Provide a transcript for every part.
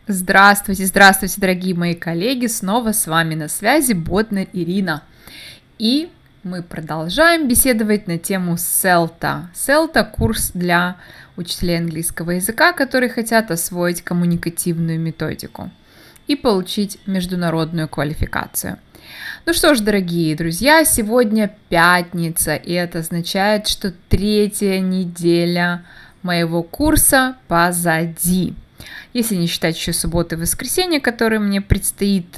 Здравствуйте, здравствуйте, дорогие мои коллеги! Снова с вами на связи Ботнер Ирина. И мы продолжаем беседовать на тему CELTA. CELTA – курс для учителей английского языка, которые хотят освоить коммуникативную методику и получить международную квалификацию. Ну что ж, дорогие друзья, сегодня пятница, и это означает, что третья неделя моего курса позади. Если не считать еще субботы и воскресенье, которые мне предстоит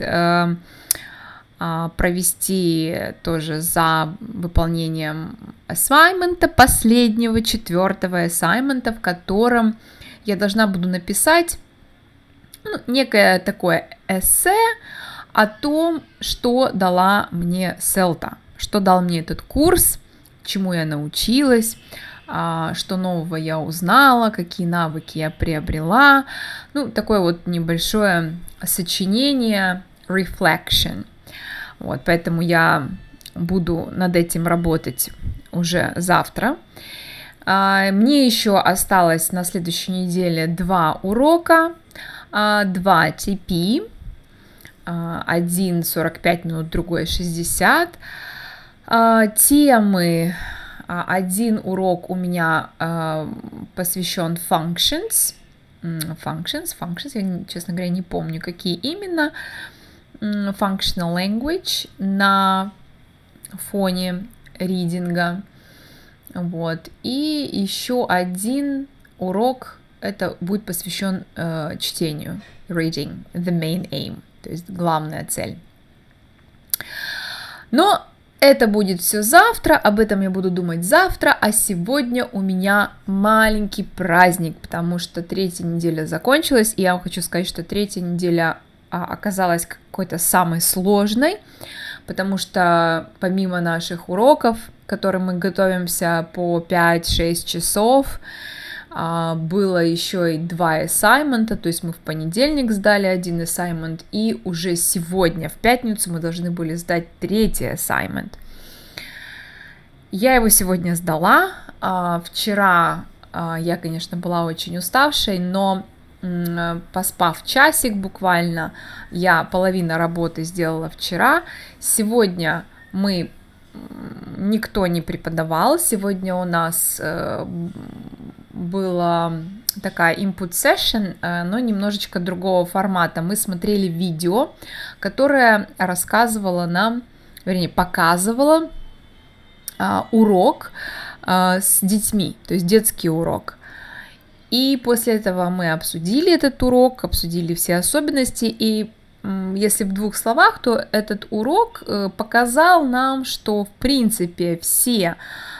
провести тоже за выполнением assignment, последнего, 4-го assignment, в котором я должна буду написать некое такое эссе о том, что дала мне CELTA, что дал мне этот курс, чему я научилась, что нового я узнала, какие навыки я приобрела. Такое вот небольшое сочинение, reflection. Вот, поэтому я буду над этим работать уже завтра. Мне еще осталось на следующей неделе 2 урока, 2 TP, один 45 минут, другой 60. Темы. Один урок у меня посвящен functions. Я, честно говоря, не помню, какие именно. Functional language на фоне ридинга. Вот. И еще один урок, это будет посвящен чтению. Reading, the main aim, то есть главная цель. Но это будет все завтра, об этом я буду думать завтра, а сегодня у меня маленький праздник, потому что третья неделя закончилась, и я вам хочу сказать, что третья неделя оказалась какой-то самой сложной, потому что помимо наших уроков, к которым мы готовимся по 5-6 часов, было еще и 2 assignment, то есть мы в понедельник сдали 1 assignment, и уже сегодня, в пятницу, мы должны были сдать 3-й assignment. Я его сегодня сдала. Вчера я, конечно, была очень уставшей, но поспав часик буквально, я половину работы сделала вчера. Сегодня никто не преподавал, сегодня у нас была такая input session, но немножечко другого формата. Мы смотрели видео, которое рассказывало нам, вернее, показывало урок с детьми, то есть детский урок. И после этого мы обсудили этот урок, обсудили все особенности, и если в 2 словах, то этот урок показал нам, что в принципе все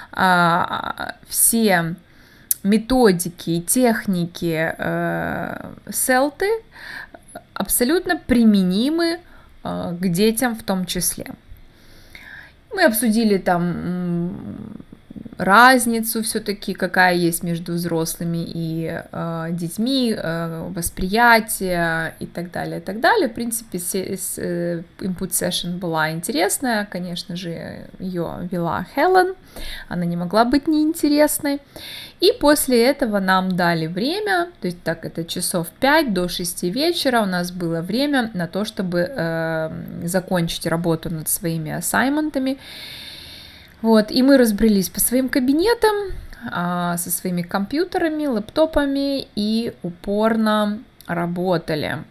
методики и техники CELTA абсолютно применимы к детям в том числе. Мы обсудили там разницу все-таки, какая есть между взрослыми и детьми, восприятие и так далее, и так далее. В принципе, input session была интересная, конечно же, ее вела Хелен, она не могла быть неинтересной. И после этого нам дали время, то есть так, это часов 5 до 6 вечера у нас было время на то, чтобы закончить работу над своими ассайментами. Вот, и мы разбрелись по своим кабинетам, со своими компьютерами, лэптопами и упорно работали.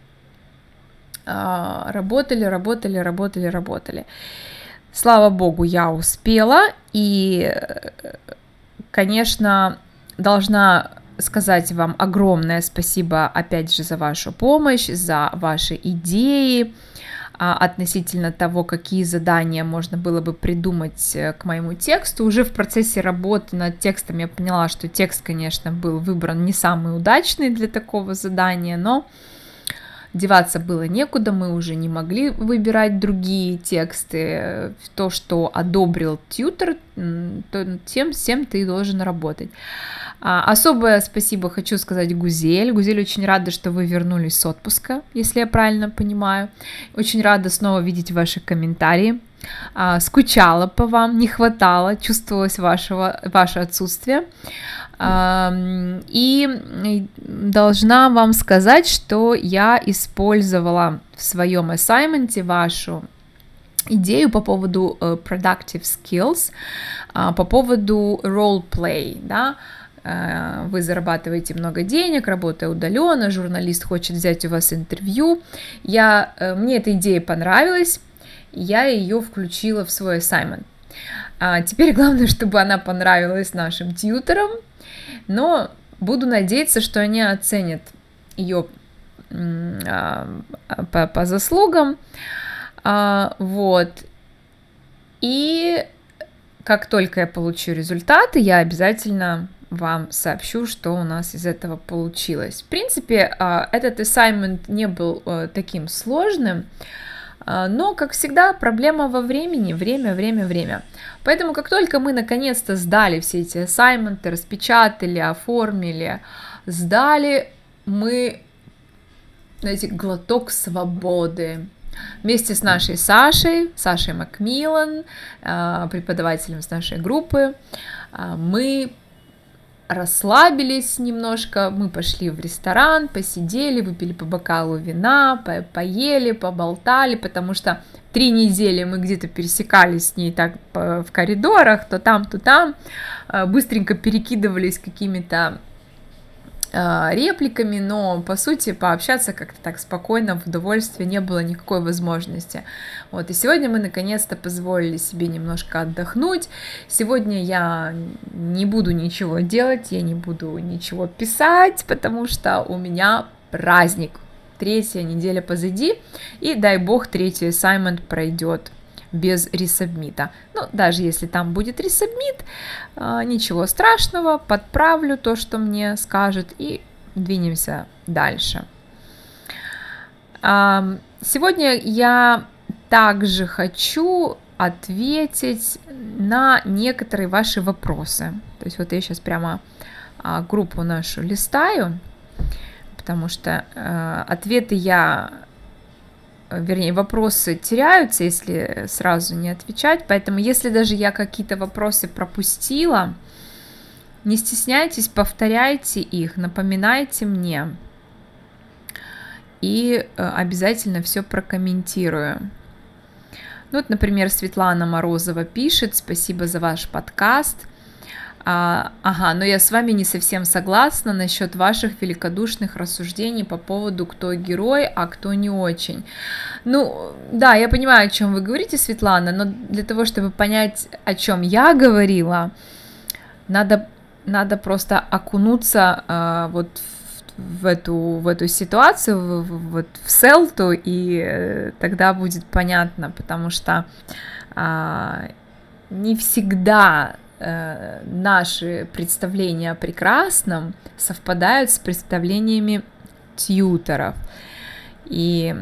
Работали. Слава богу, я успела, и, конечно, должна сказать вам огромное спасибо, опять же, за вашу помощь, за ваши идеи относительно того, какие задания можно было бы придумать к моему тексту. Уже в процессе работы над текстом я поняла, что текст, конечно, был выбран не самый удачный для такого задания, но деваться было некуда, мы уже не могли выбирать другие тексты. То, что одобрил тьютор, тем всем ты должен работать. Особое спасибо хочу сказать Гузель. Гузель, очень рада, что вы вернулись с отпуска, если я правильно понимаю. Очень рада снова видеть ваши комментарии. скучала по вам, не хватало, чувствовалось ваше отсутствие. И должна вам сказать, что я использовала в своем ассайменте вашу идею по поводу productive skills, по поводу role play, да, вы зарабатываете много денег, работая удаленно, журналист хочет взять у вас интервью. Мне эта идея понравилась, я ее включила в свой assignment. Теперь главное, чтобы она понравилась нашим тьюторам, но буду надеяться, что они оценят ее по заслугам. Вот. И как только я получу результаты, я обязательно вам сообщу, что у нас из этого получилось. В принципе, этот assignment не был таким сложным, но, как всегда, проблема во времени, время. Поэтому, как только мы наконец-то сдали все эти ассайменты, распечатали, оформили, сдали, мы, знаете, глоток свободы. Вместе с нашей Сашей Макмиллан, преподавателем с нашей группы, мы расслабились немножко, мы пошли в ресторан, посидели, выпили по бокалу вина, поели, поболтали, потому что 3 недели мы где-то пересекались с ней так в коридорах, то там, быстренько перекидывались какими-то репликами, но, по сути, пообщаться как-то так спокойно, в удовольствие не было никакой возможности. Вот, и сегодня мы, наконец-то, позволили себе немножко отдохнуть. Сегодня я не буду ничего делать, я не буду ничего писать, потому что у меня праздник. 3-я неделя позади, и, дай бог, 3-й assignment пройдет без ресабмита. Ну, даже если там будет ресабмит, ничего страшного, подправлю то, что мне скажет, и двинемся дальше. Сегодня я также хочу ответить на некоторые ваши вопросы. То есть вот я сейчас прямо группу нашу листаю, потому что вопросы теряются, если сразу не отвечать, поэтому если даже я какие-то вопросы пропустила, не стесняйтесь, повторяйте их, напоминайте мне, и обязательно все прокомментирую. Ну, вот, например, Светлана Морозова пишет: спасибо за ваш подкаст. Но я с вами не совсем согласна насчет ваших великодушных рассуждений по поводу, кто герой, а кто не очень. Ну, да, я понимаю, о чем вы говорите, Светлана, но для того, чтобы понять, о чем я говорила, надо просто окунуться вот в эту ситуацию, в селту, и тогда будет понятно, потому что не всегда наши представления о прекрасном совпадают с представлениями тьюторов. И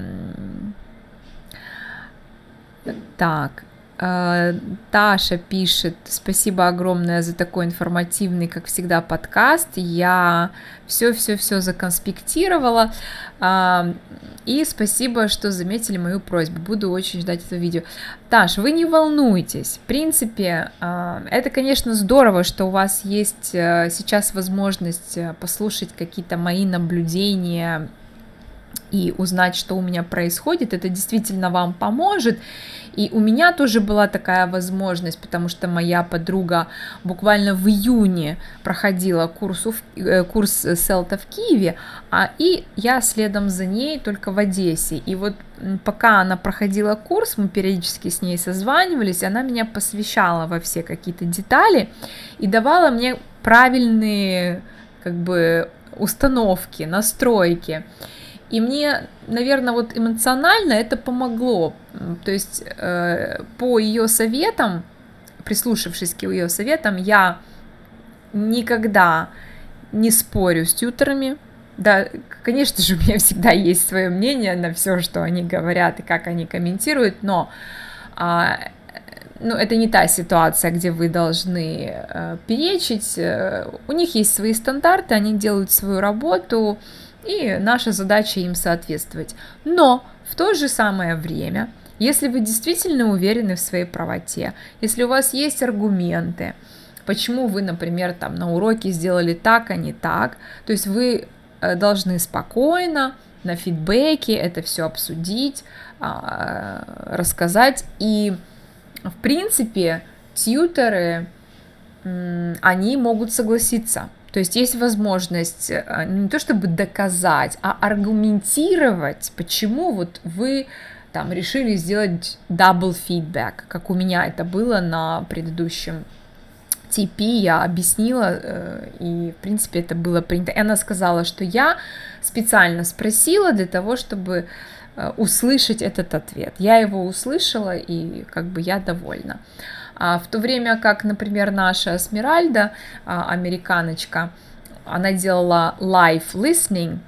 так, Таша пишет: спасибо огромное за такой информативный, как всегда, подкаст. Я все законспектировала. И спасибо, что заметили мою просьбу. Буду очень ждать это видео. Таш, вы не волнуйтесь. В принципе, это, конечно, здорово, что у вас есть сейчас возможность послушать какие-то мои наблюдения и узнать, что у меня происходит. Это действительно вам поможет. И у меня тоже была такая возможность, потому что моя подруга буквально в июне проходила курс селта в Киеве, и я следом за ней только в Одессе. И вот пока она проходила курс, мы периодически с ней созванивались, она меня посвящала во все какие-то детали и давала мне правильные установки, настройки. И мне, наверное, вот эмоционально это помогло. То есть по ее советам, прислушавшись к ее советам, я никогда не спорю с тьюторами. Да, конечно же, у меня всегда есть свое мнение на все, что они говорят и как они комментируют, но это не та ситуация, где вы должны перечить. У них есть свои стандарты, они делают свою работу, и наша задача им соответствовать. Но в то же самое время Если вы действительно уверены в своей правоте, если у вас есть аргументы, почему вы, например, там на уроке сделали так, а не так, то есть вы должны спокойно на фидбэке это все обсудить, рассказать. И, в принципе, тьюторы, они могут согласиться. То есть есть возможность не то чтобы доказать, а аргументировать, почему вот вы там решили сделать double feedback, как у меня это было на предыдущем TP, я объяснила, и, в принципе, это было принято. И она сказала, что я специально спросила для того, чтобы услышать этот ответ. Я его услышала, и как бы я довольна. В то время как, например, наша Эсмеральда, американочка, она делала live listening,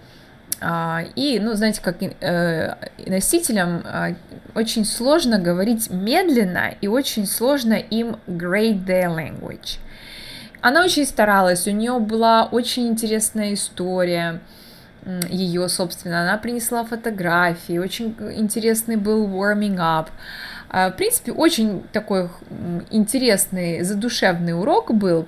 и, ну, знаете, как носителям очень сложно говорить медленно, и очень сложно им grade their language. Она очень старалась, у нее была очень интересная история, ее, собственно, она принесла фотографии, очень интересный был warming up. В принципе, очень такой интересный, задушевный урок был,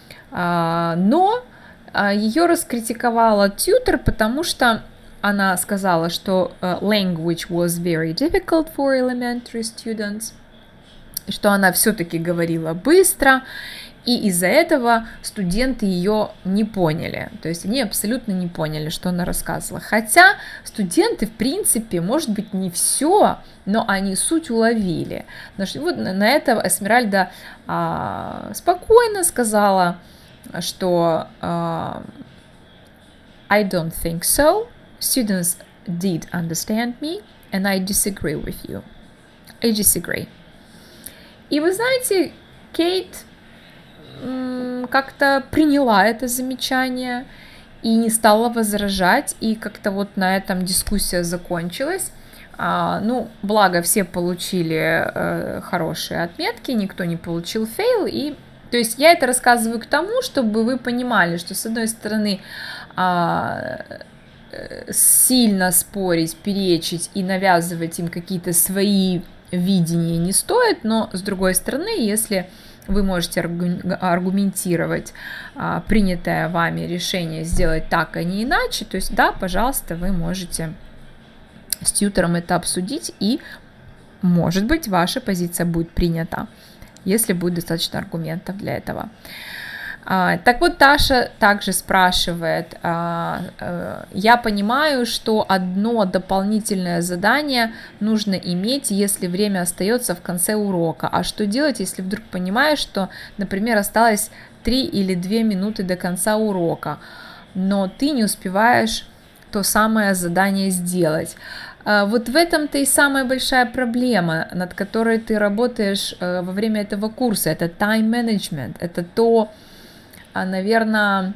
но ее раскритиковала тьютор, потому что она сказала, что language was very difficult for elementary students, что она все-таки говорила быстро, и из-за этого студенты ее не поняли. То есть они абсолютно не поняли, что она рассказывала. Хотя студенты, в принципе, может быть, не все, но они суть уловили. Вот на это Эсмеральда спокойно сказала, что I don't think so. Students did understand me, and I disagree with you. I disagree. И вы знаете, Кейт как-то приняла это замечание и не стала возражать, и как-то вот на этом дискуссия закончилась. Ну, благо все получили хорошие отметки, никто не получил фейл, и то есть я это рассказываю к тому, чтобы вы понимали, что с одной стороны сильно спорить, перечить и навязывать им какие-то свои видения не стоит, но с другой стороны, если вы можете аргументировать принятое вами решение сделать так, а не иначе, то есть да, пожалуйста, вы можете с тьютором это обсудить, и, может быть, ваша позиция будет принята, если будет достаточно аргументов для этого. Так вот, Таша также спрашивает, я понимаю, что одно дополнительное задание нужно иметь, если время остается в конце урока. А что делать, если вдруг понимаешь, что, например, осталось 3 или 2 минуты до конца урока, но ты не успеваешь то самое задание сделать? Вот в этом-то и самая большая проблема, над которой ты работаешь во время этого курса. Это time management, это то, наверное,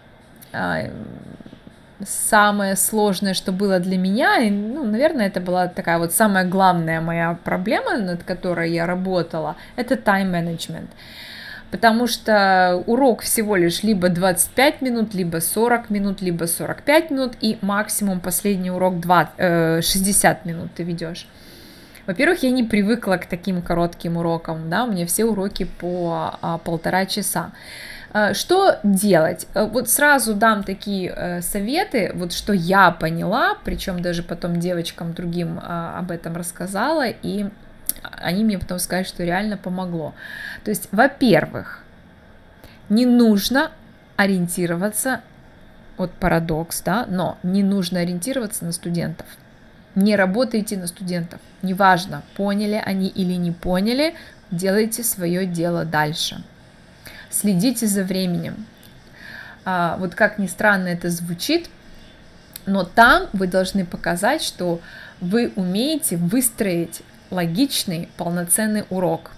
самое сложное, что было для меня, и, ну, наверное, это была такая вот самая главная моя проблема, над которой я работала, это time management. Потому что урок всего лишь либо 25 минут, либо 40 минут, либо 45 минут, и максимум последний урок 60 минут ты ведешь. Во-первых, я не привыкла к таким коротким урокам, да, у меня все уроки по 1,5 часа. Что делать? Вот сразу дам такие советы, вот что я поняла, причем даже потом девочкам другим об этом рассказала, и они мне потом сказали, что реально помогло. То есть, во-первых, не нужно ориентироваться, вот парадокс, да, но не нужно ориентироваться на студентов. Не работайте на студентов. Неважно, поняли они или не поняли, делайте свое дело дальше. Следите за временем. Вот как ни странно это звучит, но там вы должны показать, что вы умеете выстроить логичный, полноценный урок.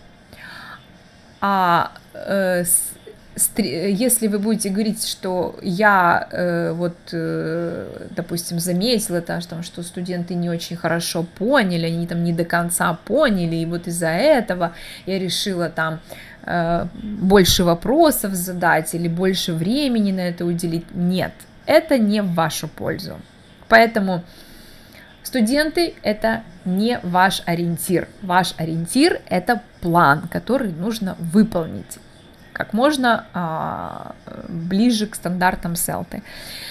Если вы будете говорить, что я допустим, заметила, что студенты не очень хорошо поняли, они там не до конца поняли, и вот из-за этого я решила там больше вопросов задать или больше времени на это уделить. Нет, это не в вашу пользу. Поэтому студенты — это не ваш ориентир. Ваш ориентир – это план, который нужно выполнить как можно ближе к стандартам селты.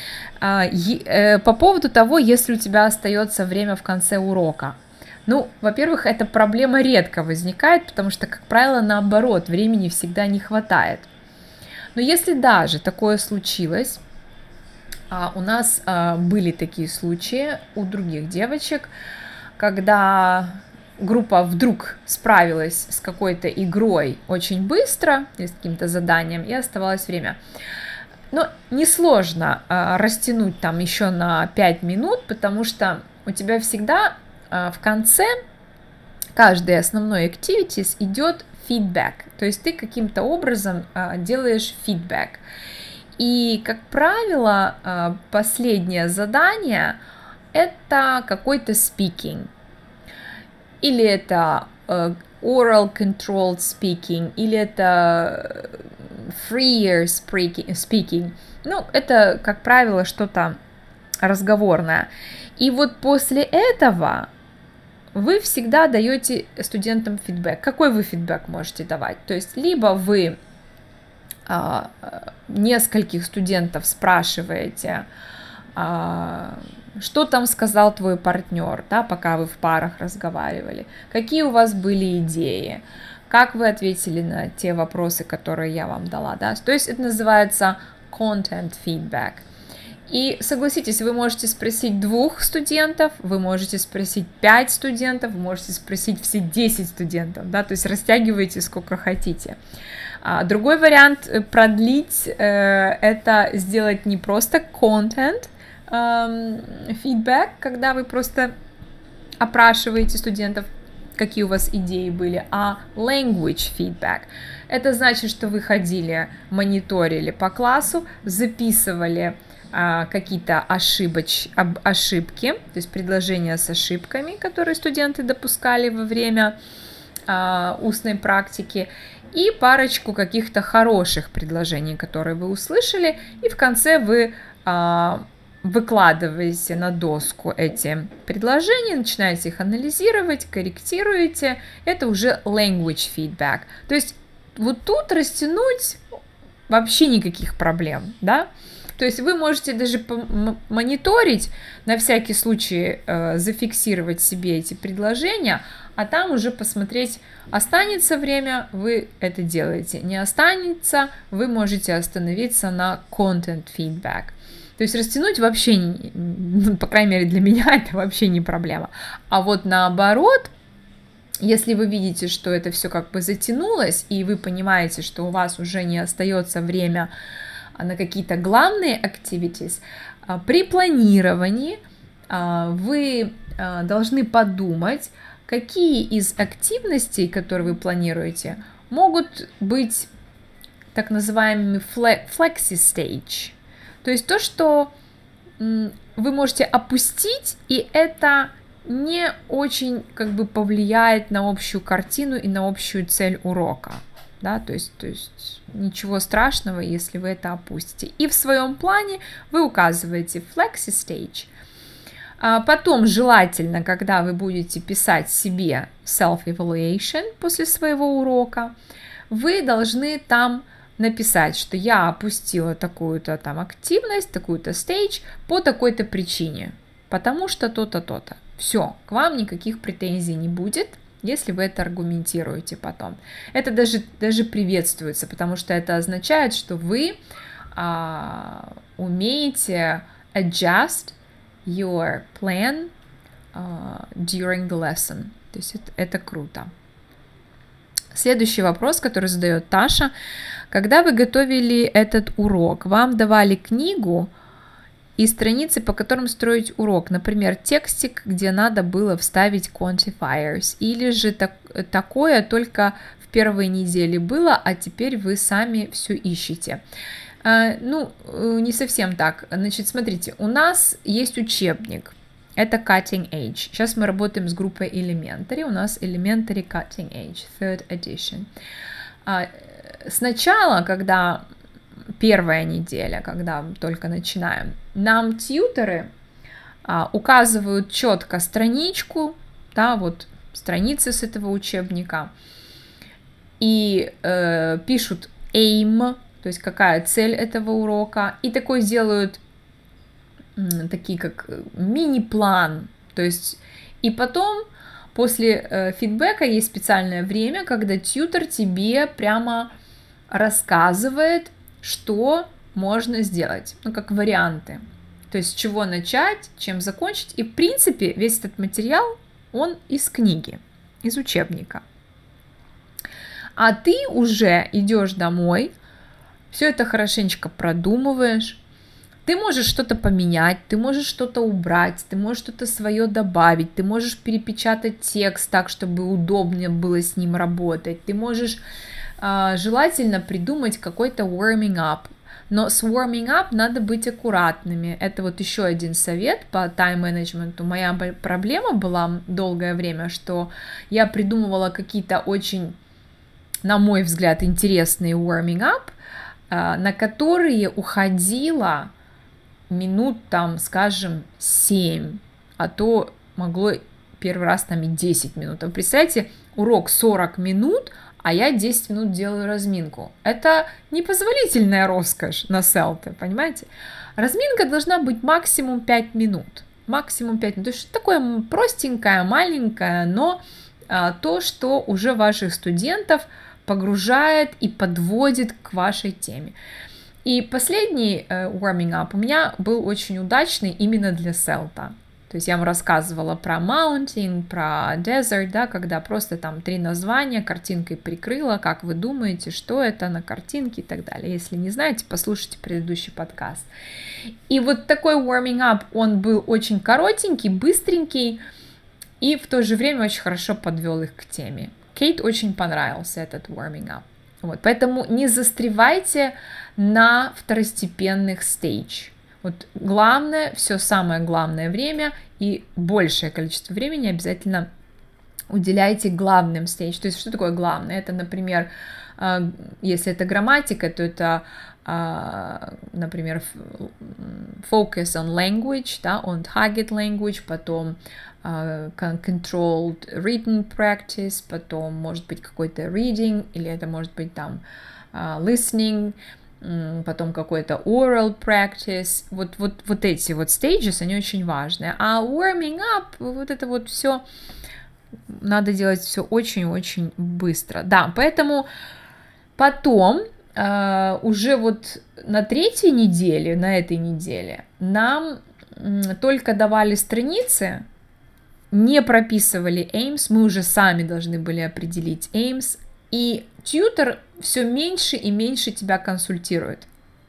По поводу того, если у тебя остается время в конце урока. Ну, во-первых, эта проблема редко возникает, потому что, как правило, наоборот, времени всегда не хватает. Но если даже такое случилось, у нас были такие случаи у других девочек, когда группа вдруг справилась с какой-то игрой очень быстро, или с каким-то заданием, и оставалось время. Но несложно растянуть там еще на 5 минут, потому что у тебя всегда в конце каждой основной activities идет feedback, то есть ты каким-то образом делаешь feedback. И, как правило, последнее задание – это какой-то speaking. Или это oral controlled speaking, или это freer speaking. Ну, это, как правило, что-то разговорное. И вот после этого вы всегда даете студентам фидбэк. Какой вы фидбэк можете давать? То есть, либо вы нескольких студентов спрашиваете, что там сказал твой партнер, да, пока вы в парах разговаривали, какие у вас были идеи, как вы ответили на те вопросы, которые я вам дала, да, то есть это называется content feedback. И согласитесь, вы можете спросить 2 студентов, вы можете спросить 5 студентов, вы можете спросить все 10 студентов, да, то есть растягивайте сколько хотите. Другой вариант продлить, это сделать не просто content feedback, когда вы просто опрашиваете студентов, какие у вас идеи были, а language feedback. Это значит, что вы ходили, мониторили по классу, записывали какие-то ошибки, то есть предложения с ошибками, которые студенты допускали во время устной практики, и парочку каких-то хороших предложений, которые вы услышали, и в конце вы выкладываете на доску эти предложения, начинаете их анализировать, корректируете, это уже language feedback. То есть вот тут растянуть вообще никаких проблем, да? То есть вы можете даже мониторить, на всякий случай зафиксировать себе эти предложения, а там уже посмотреть, останется время, вы это делаете, не останется, вы можете остановиться на content feedback. То есть растянуть вообще, по крайней мере для меня, это вообще не проблема. А вот наоборот, если вы видите, что это все как бы затянулось, и вы понимаете, что у вас уже не остается время на какие-то главные activities, при планировании вы должны подумать, какие из активностей, которые вы планируете, могут быть так называемыми flexi stage. То есть то, что вы можете опустить, и это не очень как бы повлияет на общую картину и на общую цель урока. Да, то есть ничего страшного, если вы это опустите. И в своем плане вы указываете flexi stage. Потом желательно, когда вы будете писать себе self-evaluation после своего урока, вы должны там написать, что я опустила такую-то там активность, такую-то stage по такой-то причине, потому что то-то, то-то. Все, к вам никаких претензий не будет, если вы это аргументируете потом. Это даже приветствуется, потому что это означает, что вы умеете adjust your plan during the lesson. То есть это круто. Следующий вопрос, который задает Таша. Когда вы готовили этот урок, вам давали книгу и страницы, по которым строить урок, например, текстик, где надо было вставить quantifiers, или же такое только в первой неделе было, а теперь вы сами все ищете. Ну, не совсем так. Значит, смотрите, у нас есть учебник, это Cutting Edge. Сейчас мы работаем с группой Elementary, у нас Elementary Cutting Edge, third edition. Сначала, когда первая неделя, когда только начинаем, нам тьюторы указывают четко страничку, да, вот страницы с этого учебника, и пишут aim, то есть какая цель этого урока, и такой делают такие как мини-план, то есть и потом после фидбэка есть специальное время, когда тьютор тебе прямо рассказывает, что можно сделать, ну как варианты, то есть с чего начать, чем закончить, и в принципе весь этот материал, он из книги, из учебника. А ты уже идешь домой, все это хорошенечко продумываешь, ты можешь что-то поменять, ты можешь что-то убрать, ты можешь что-то свое добавить, ты можешь перепечатать текст так, чтобы удобнее было с ним работать, ты можешь желательно придумать какой-то warming up, но с warming up надо быть аккуратными. Это вот еще один совет по тайм-менеджменту. Моя проблема была долгое время, что я придумывала какие-то очень, на мой взгляд, интересные warming up, на которые уходило минут там, скажем, 7, а то могло первый раз там и 10 минут. А представьте, урок 40 минут, а я 10 минут делаю разминку. Это непозволительная роскошь на селты, понимаете? Разминка должна быть максимум 5 минут. Максимум 5 минут. То есть что такое простенькое, маленькое, но то, что уже ваших студентов погружает и подводит к вашей теме. И последний warming up у меня был очень удачный именно для селта. То есть я вам рассказывала про mountain, про desert, да, когда просто там 3 названия картинкой прикрыла, как вы думаете, что это на картинке и так далее. Если не знаете, послушайте предыдущий подкаст. И вот такой warming up, он был очень коротенький, быстренький и в то же время очень хорошо подвел их к теме. Кейт очень понравился этот warming up. Вот, поэтому не застревайте на второстепенных стейдж. Вот главное, все самое главное время и большее количество времени обязательно уделяйте главным стейдж. То есть что такое главное? Это, например, если это грамматика, то это, например, focus on language, да, on target language, потом controlled written practice, потом может быть какой-то reading, или это может быть там listening, потом какой-то oral practice. Вот эти вот stages, они очень важные. А warming up, вот это вот все, надо делать все очень-очень быстро. Да, поэтому потом уже вот на 3-й неделе, на этой неделе, нам только давали страницы, не прописывали aims, мы уже сами должны были определить aims, и тьютор все меньше и меньше тебя консультирует.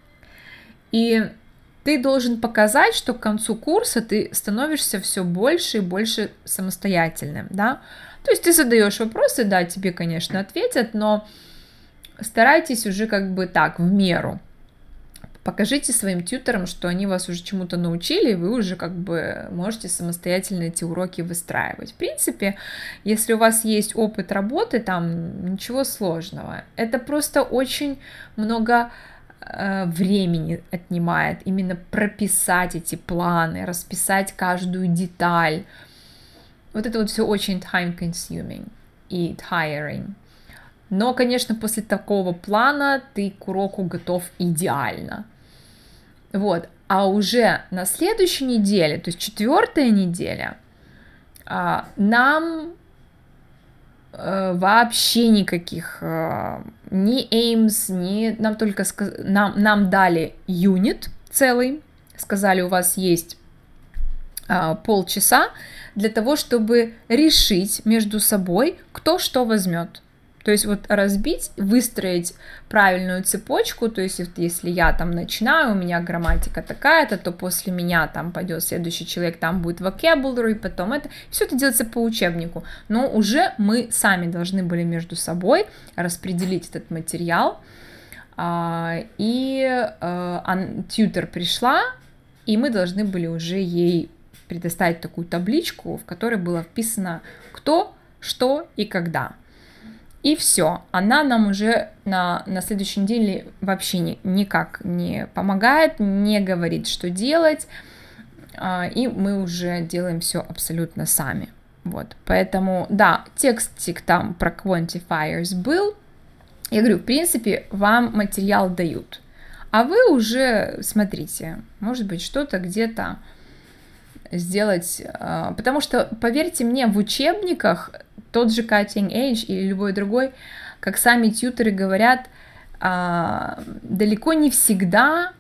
И ты должен показать, что к концу курса ты становишься все больше и больше самостоятельным, да. То есть ты задаешь вопросы, да, тебе, конечно, ответят, но старайтесь уже как бы так, в меру. Покажите своим тьюторам, что они вас уже чему-то научили, и вы уже как бы можете самостоятельно эти уроки выстраивать. В принципе, если у вас есть опыт работы, там ничего сложного. Это просто очень много времени отнимает именно прописать эти планы, расписать каждую деталь. Вот это вот все очень time-consuming и tiring. Но, конечно, после такого плана ты к уроку готов идеально. Вот. А уже на следующей неделе, то есть 4-я неделя, нам вообще никаких ни aims, ни нам только нам дали юнит целый, сказали, у вас есть полчаса для того, чтобы решить между собой, кто что возьмет. То есть вот разбить, выстроить правильную цепочку, то есть если я там начинаю, у меня грамматика такая-то, то после меня там пойдет следующий человек, там будет vocabulary, потом это, все это делается по учебнику, но уже мы сами должны были между собой распределить этот материал, и тьютор пришла, и мы должны были уже ей предоставить такую табличку, в которой было вписано кто, что и когда. И все, она нам уже на следующей неделе вообще никак не помогает, не говорит, что делать, и мы уже делаем все абсолютно сами. Вот, поэтому, да, текстик там про quantifiers был. Я говорю, в принципе, вам материал дают. А вы уже смотрите, может быть, что-то где-то сделать. Потому что, поверьте мне, в учебниках тот же Cutting Edge или любой другой, как сами тьюторы говорят, далеко не всегда,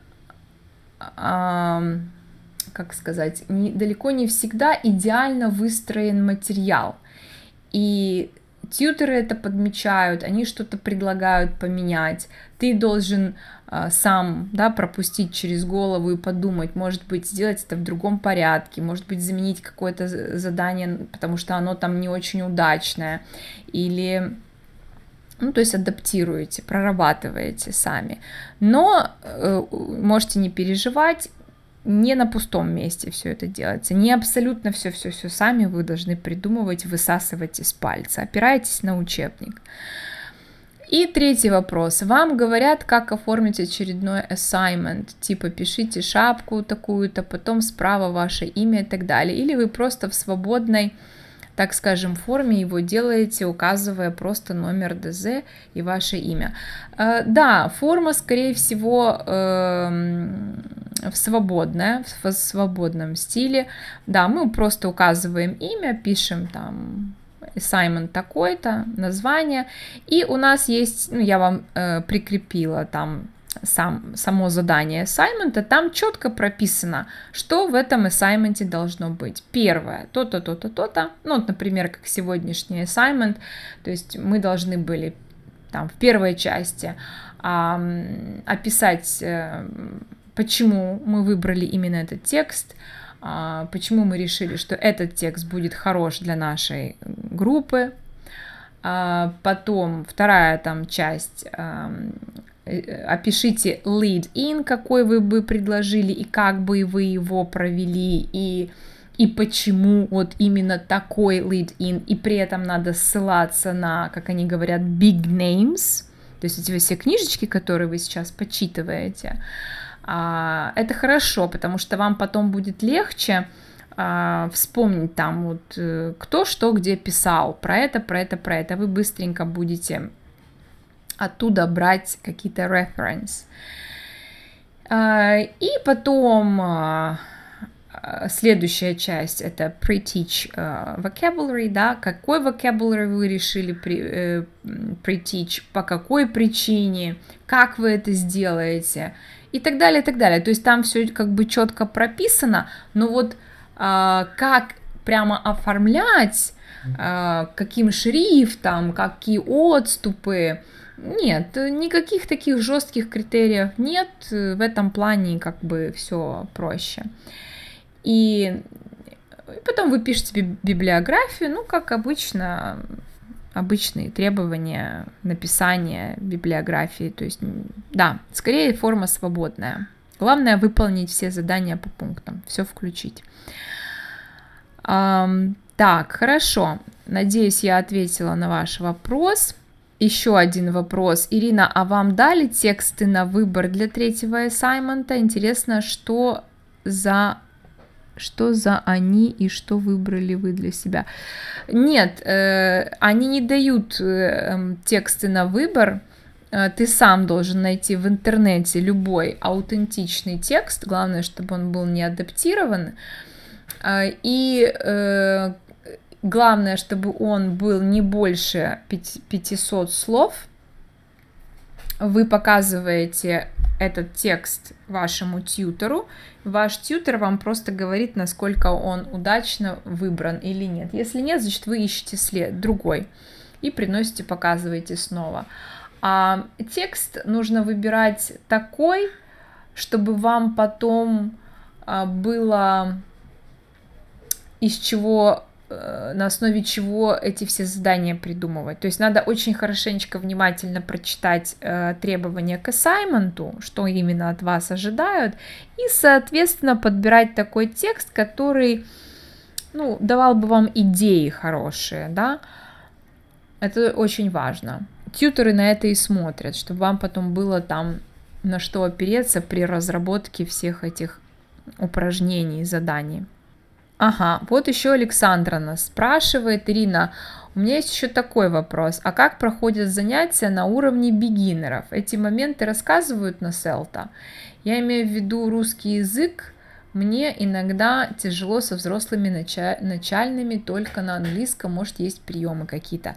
как сказать, далеко не всегда идеально выстроен материал. И тьюторы это подмечают, они что-то предлагают поменять. Ты должен сам, да, пропустить через голову и подумать, может быть, сделать это в другом порядке, может быть, заменить какое-то задание, потому что оно там не очень удачное, или, ну, то есть адаптируете, прорабатываете сами. Но можете не переживать, не на пустом месте все это делается, не абсолютно все сами вы должны придумывать, высасывать из пальца, опирайтесь на учебник. И третий вопрос. Вам говорят, как оформить очередной assignment, типа пишите шапку такую-то, потом справа ваше имя и так далее, или вы просто в свободной, так скажем, форме его делаете, указывая просто номер ДЗ и ваше имя. Да, форма, скорее всего, в свободном стиле. Да, мы просто указываем имя, пишем там assignment такой-то, название, и у нас есть, ну, я вам прикрепила там само задание assignment, там четко прописано, что в этом assignment должно быть. Первое, то-то, то-то, то-то, ну, вот, например, как сегодняшний assignment, то есть мы должны были там в первой части описать, почему мы выбрали именно этот текст, почему мы решили, что этот текст будет хорош для нашей группы. Потом вторая там часть, опишите lead-in, какой вы бы предложили и как бы вы его провели, и почему вот именно такой lead-in, и при этом надо ссылаться на, как они говорят, big names, то есть эти все книжечки, которые вы сейчас почитываете. Это хорошо, потому что вам потом будет легче вспомнить там вот кто что где писал, про это. Вы быстренько будете оттуда брать какие-то reference. И потом следующая часть — это pre-teach vocabulary, да, какой vocabulary вы решили pre-teach, по какой причине, как вы это сделаете, и так далее, и так далее. То есть там все как бы четко прописано, но вот как прямо оформлять, каким шрифтом, какие отступы, нет, никаких таких жестких критериев нет, в этом плане как бы все проще. И потом вы пишете библиографию, ну, как обычно, обычные требования написания библиографии. То есть, да, скорее форма свободная. Главное выполнить все задания по пунктам, все включить. Так, хорошо. Надеюсь, я ответила на ваш вопрос. Еще один вопрос. Ирина, а вам дали тексты на выбор для третьего ассаймента? Интересно, что за они и что выбрали вы для себя? Нет, они не дают тексты на выбор. Ты сам должен найти в интернете любой аутентичный текст. Главное, чтобы он был не адаптирован. И главное, чтобы он был не больше 500 слов. Вы показываете этот текст вашему тьютору. Ваш тьютор вам просто говорит, насколько он удачно выбран или нет. Если нет, значит, вы ищете другой и приносите, показываете снова. А текст нужно выбирать такой, чтобы вам потом было из чего, на основе чего эти все задания придумывать. То есть надо очень хорошенечко внимательно прочитать требования к ассайменту, что именно от вас ожидают, и, соответственно, подбирать такой текст, который, ну, давал бы вам идеи хорошие, да. Это очень важно. Тьюторы на это и смотрят, чтобы вам потом было там на что опереться при разработке всех этих упражнений, заданий. Ага, вот еще Александра нас спрашивает. Ирина, у меня есть еще такой вопрос. А как проходят занятия на уровне бигинеров? Эти моменты рассказывают на селта? Я имею в виду русский язык. Мне иногда тяжело со взрослыми начальными, только на английском, может, есть приемы какие-то.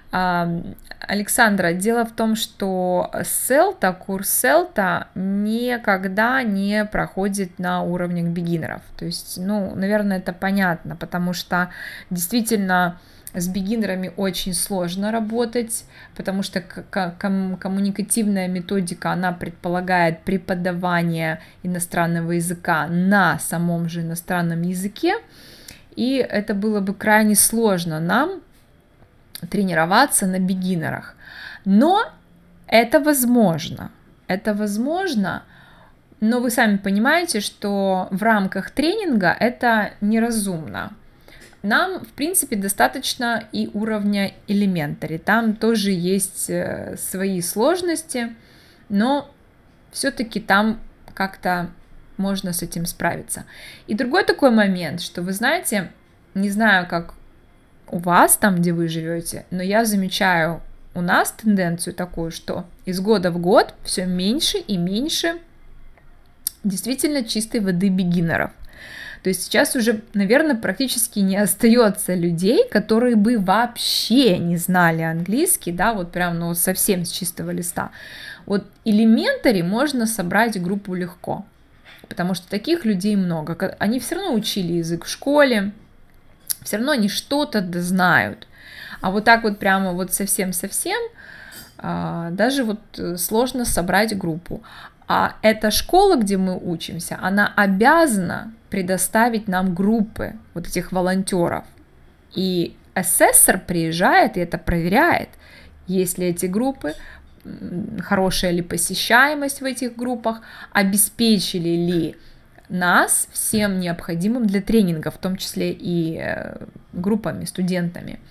Александра, дело в том, что селта, курс селта никогда не проходит на уровнях бигинеров. То есть, ну, наверное, это понятно, потому что действительно с бигинерами очень сложно работать, потому что коммуникативная методика, она предполагает преподавание иностранного языка на самом же иностранном языке, и это было бы крайне сложно нам тренироваться на бигинерах. Но это возможно. Это возможно, но вы сами понимаете, что в рамках тренинга это неразумно. Нам, в принципе, достаточно и уровня Elementary. Там тоже есть свои сложности, но все-таки там как-то можно с этим справиться. И другой такой момент, что вы знаете, не знаю, как у вас там, где вы живете, но я замечаю у нас тенденцию такую, что из года в год все меньше и меньше действительно чистой воды бигинеров. То есть сейчас уже, наверное, практически не остается людей, которые бы вообще не знали английский, да, вот прям, ну, совсем с чистого листа. Вот Elementary можно собрать группу легко, потому что таких людей много. Они все равно учили язык в школе, все равно они что-то знают. А вот так вот прямо вот совсем-совсем даже вот сложно собрать группу. А эта школа, где мы учимся, она обязана предоставить нам группы вот этих волонтеров. И ассессор приезжает и это проверяет, есть ли эти группы, хорошая ли посещаемость в этих группах, обеспечили ли нас всем необходимым для тренинга, в том числе и группами, студентами.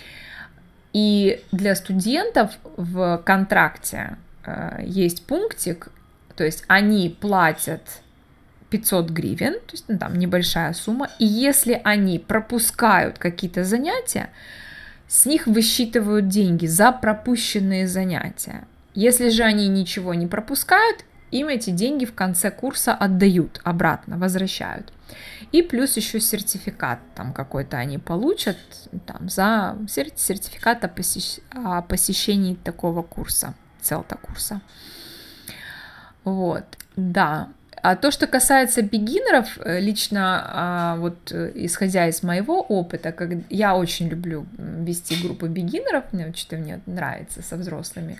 И для студентов в контракте есть пунктик, то есть они платят 500 гривен, то есть ну, там небольшая сумма, и если они пропускают какие-то занятия, с них высчитывают деньги за пропущенные занятия. Если же они ничего не пропускают, им эти деньги в конце курса отдают обратно, возвращают. И плюс еще сертификат там какой-то они получат там, за сертификат о посещении такого курса, селта-курса. Вот, да. А то, что касается бигинеров, лично вот исходя из моего опыта, я очень люблю вести группы бигинеров, мне нравится со взрослыми.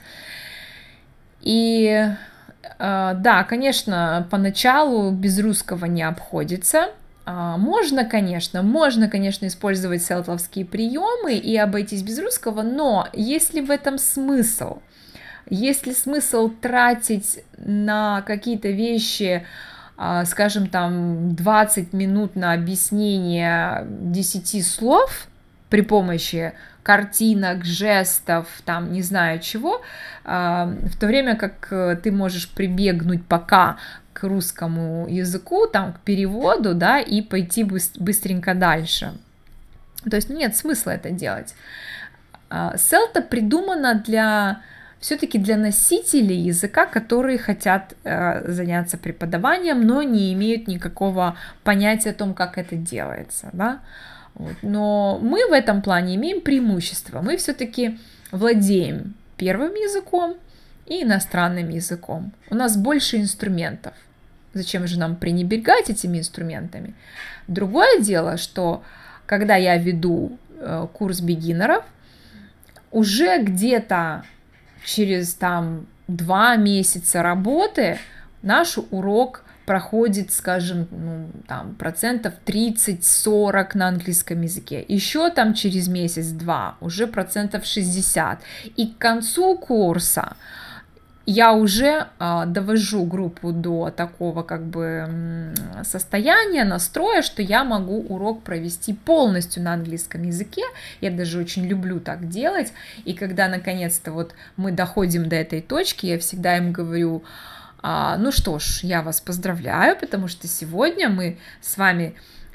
И да, конечно, поначалу без русского не обходится. Можно, конечно, использовать селтловские приемы и обойтись без русского, но есть ли в этом смысл? Есть ли смысл тратить на какие-то вещи, скажем, там 20 минут на объяснение 10 слов при помощи картинок, жестов, там не знаю чего, в то время как ты можешь прибегнуть пока к русскому языку, там, к переводу, да, и пойти быстренько дальше. То есть нет смысла это делать. Селта придумана все-таки для носителей языка, которые хотят заняться преподаванием, но не имеют никакого понятия о том, как это делается, да. Вот. Но мы в этом плане имеем преимущество. Мы все-таки владеем первым языком и иностранным языком. У нас больше инструментов. Зачем же нам пренебрегать этими инструментами? Другое дело, что когда я веду курс бигинеров, уже где-то через там 2 месяца работы наш урок проходит, скажем, ну, там, процентов 30-40 на английском языке. Еще там через месяц-два уже процентов 60. И к концу курса я уже довожу группу до такого как бы состояния, настроя, что я могу урок провести полностью на английском языке. Я даже очень люблю так делать. И когда наконец-то вот мы доходим до этой точки, я всегда им говорю: ну что ж, я вас поздравляю, потому что сегодня мы с вами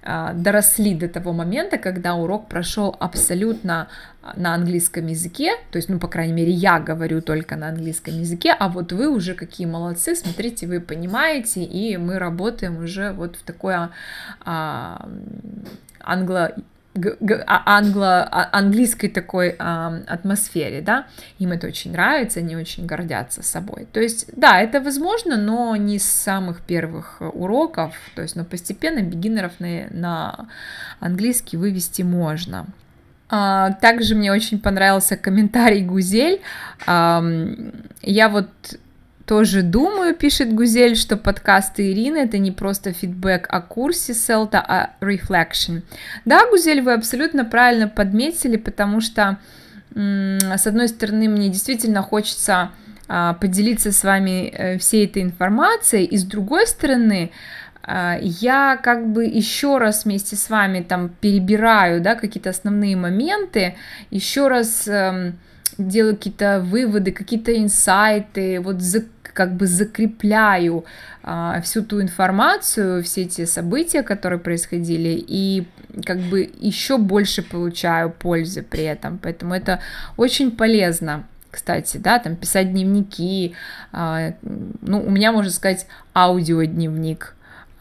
доросли до того момента, когда урок прошел абсолютно на английском языке, то есть, ну, по крайней мере, я говорю только на английском языке, а вот вы уже какие молодцы, смотрите, вы понимаете, и мы работаем уже вот в такой английской такой атмосфере, да, им это очень нравится, они очень гордятся собой. То есть, да, это возможно, но не с самых первых уроков, то есть, но постепенно бигинеров на английский вывести можно. Также мне очень понравился комментарий Гузель. Я вот тоже думаю, пишет Гузель, что подкасты Ирины — это не просто фидбэк о курсе Селта, а reflection. Да, Гузель, вы абсолютно правильно подметили, потому что, с одной стороны, мне действительно хочется поделиться с вами всей этой информацией, и с другой стороны, я как бы еще раз вместе с вами там перебираю, да, какие-то основные моменты, еще раз делаю какие-то выводы, какие-то инсайты, вот как бы закрепляю всю ту информацию, все эти события, которые происходили, и как бы еще больше получаю пользы при этом, поэтому это очень полезно. Кстати, да, там писать дневники, ну, у меня, можно сказать, аудиодневник,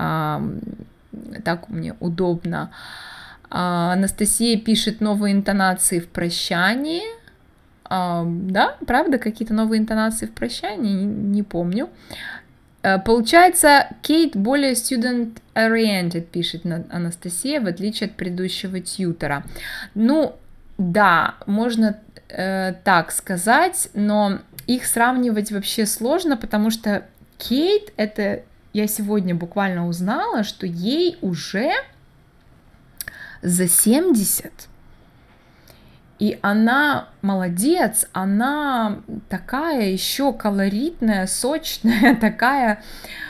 так мне удобно. Анастасия пишет новые интонации в прощании. Да, правда, какие-то новые интонации в прощании, не помню. Получается, Кейт более student-oriented, пишет Анастасия, в отличие от предыдущего тьютора. Ну, да, можно так сказать, но их сравнивать вообще сложно, потому что Кейт, это я сегодня буквально узнала, что ей уже за 70. И она молодец, она такая еще колоритная, сочная, такая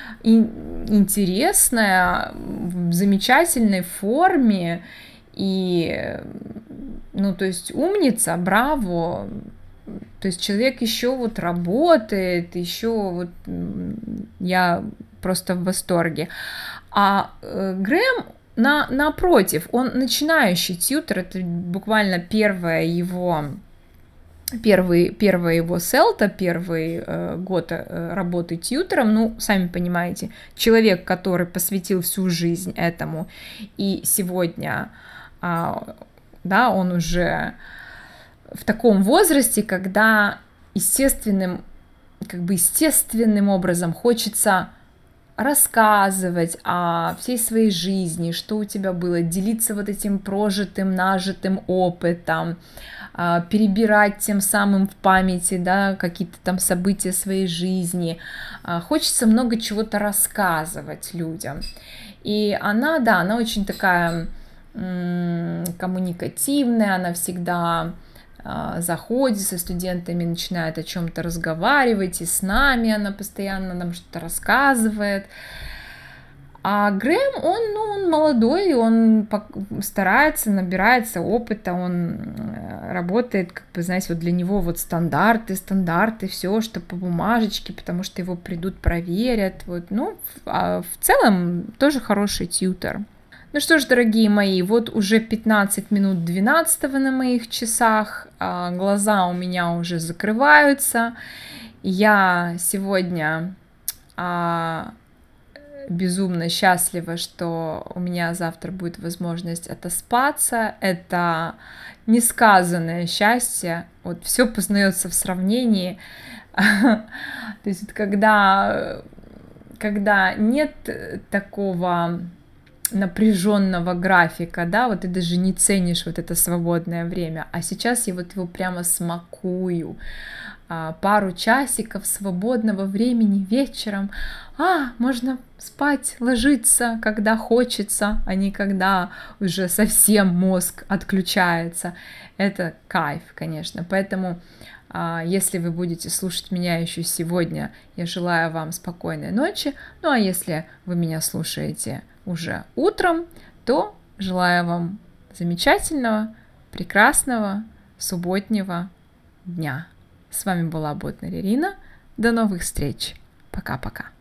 интересная, в замечательной форме. И, ну, то есть умница, браво. То есть человек еще вот работает, еще вот я просто в восторге. А Грэм, напротив, он начинающий тьютер, это буквально первый его селта, первый год работы тьютером, ну, сами понимаете, человек, который посвятил всю жизнь этому, и сегодня, да, он уже в таком возрасте, когда естественным образом хочется рассказывать о всей своей жизни, что у тебя было, делиться вот этим прожитым, нажитым опытом, перебирать тем самым в памяти, да, какие-то там события своей жизни. Хочется много чего-то рассказывать людям. И она, да, она очень такая коммуникативная, она всегда заходит со студентами, начинает о чем-то разговаривать, и с нами она постоянно нам что-то рассказывает. А Грэм, он молодой, он старается, набирается опыта, он работает, как бы, знаете, вот для него вот стандарты, все, что по бумажечке, потому что его придут, проверят, вот, ну, в целом тоже хороший тьютер. Ну что ж, дорогие мои, вот уже 15 минут 12 на моих часах, глаза у меня уже закрываются. Я сегодня безумно счастлива, что у меня завтра будет возможность отоспаться. Это несказанное счастье. Вот все познается в сравнении. То есть когда нет такого напряженного графика, да, вот ты даже не ценишь вот это свободное время, а сейчас я вот его прямо смакую, пару часиков свободного времени вечером, можно спать, ложиться, когда хочется, а не когда уже совсем мозг отключается. Это кайф, конечно, поэтому если вы будете слушать меня еще сегодня, я желаю вам спокойной ночи, ну а если вы меня слушаете уже утром, то желаю вам замечательного, прекрасного субботнего дня. С вами была Ботнер Ирина. До новых встреч. Пока-пока.